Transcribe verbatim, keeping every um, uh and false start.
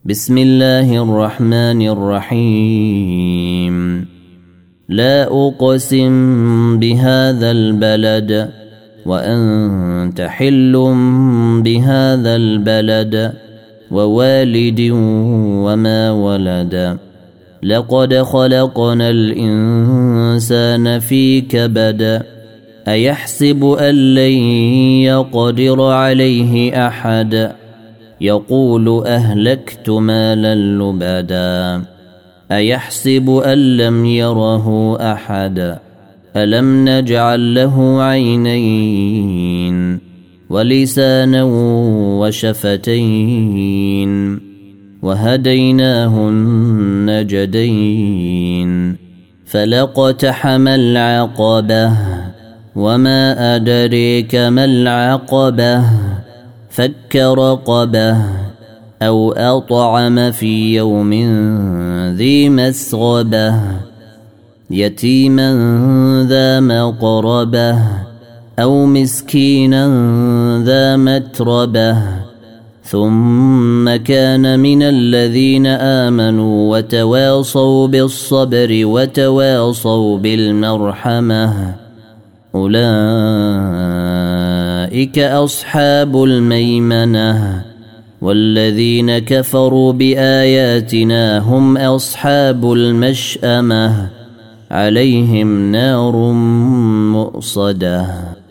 بسم الله الرحمن الرحيم لا أقسم بهذا البلد وأنت حل بهذا البلد ووالد وما ولد لقد خلقنا الإنسان في كبد أيحسب أن لن يقدر عليه أحد يقول أهلكت مالا لبدا أيحسب أن لم يره أحد ألم نجعل له عينين ولسانا وشفتين وهديناه النجدين فلاقتحم العقبة وما أدريك ما العقبة فك رقبة أو أطعم في يوم ذي مسغبة يتيما ذا مقربة أو مسكينا ذا متربة ثم كان من الذين آمنوا وتواصوا بالصبر وتواصوا بالمرحمة أولئك أصحاب الميمنة والذين كفروا بآياتنا هم أصحاب المشأمة عليهم نار مؤصدة.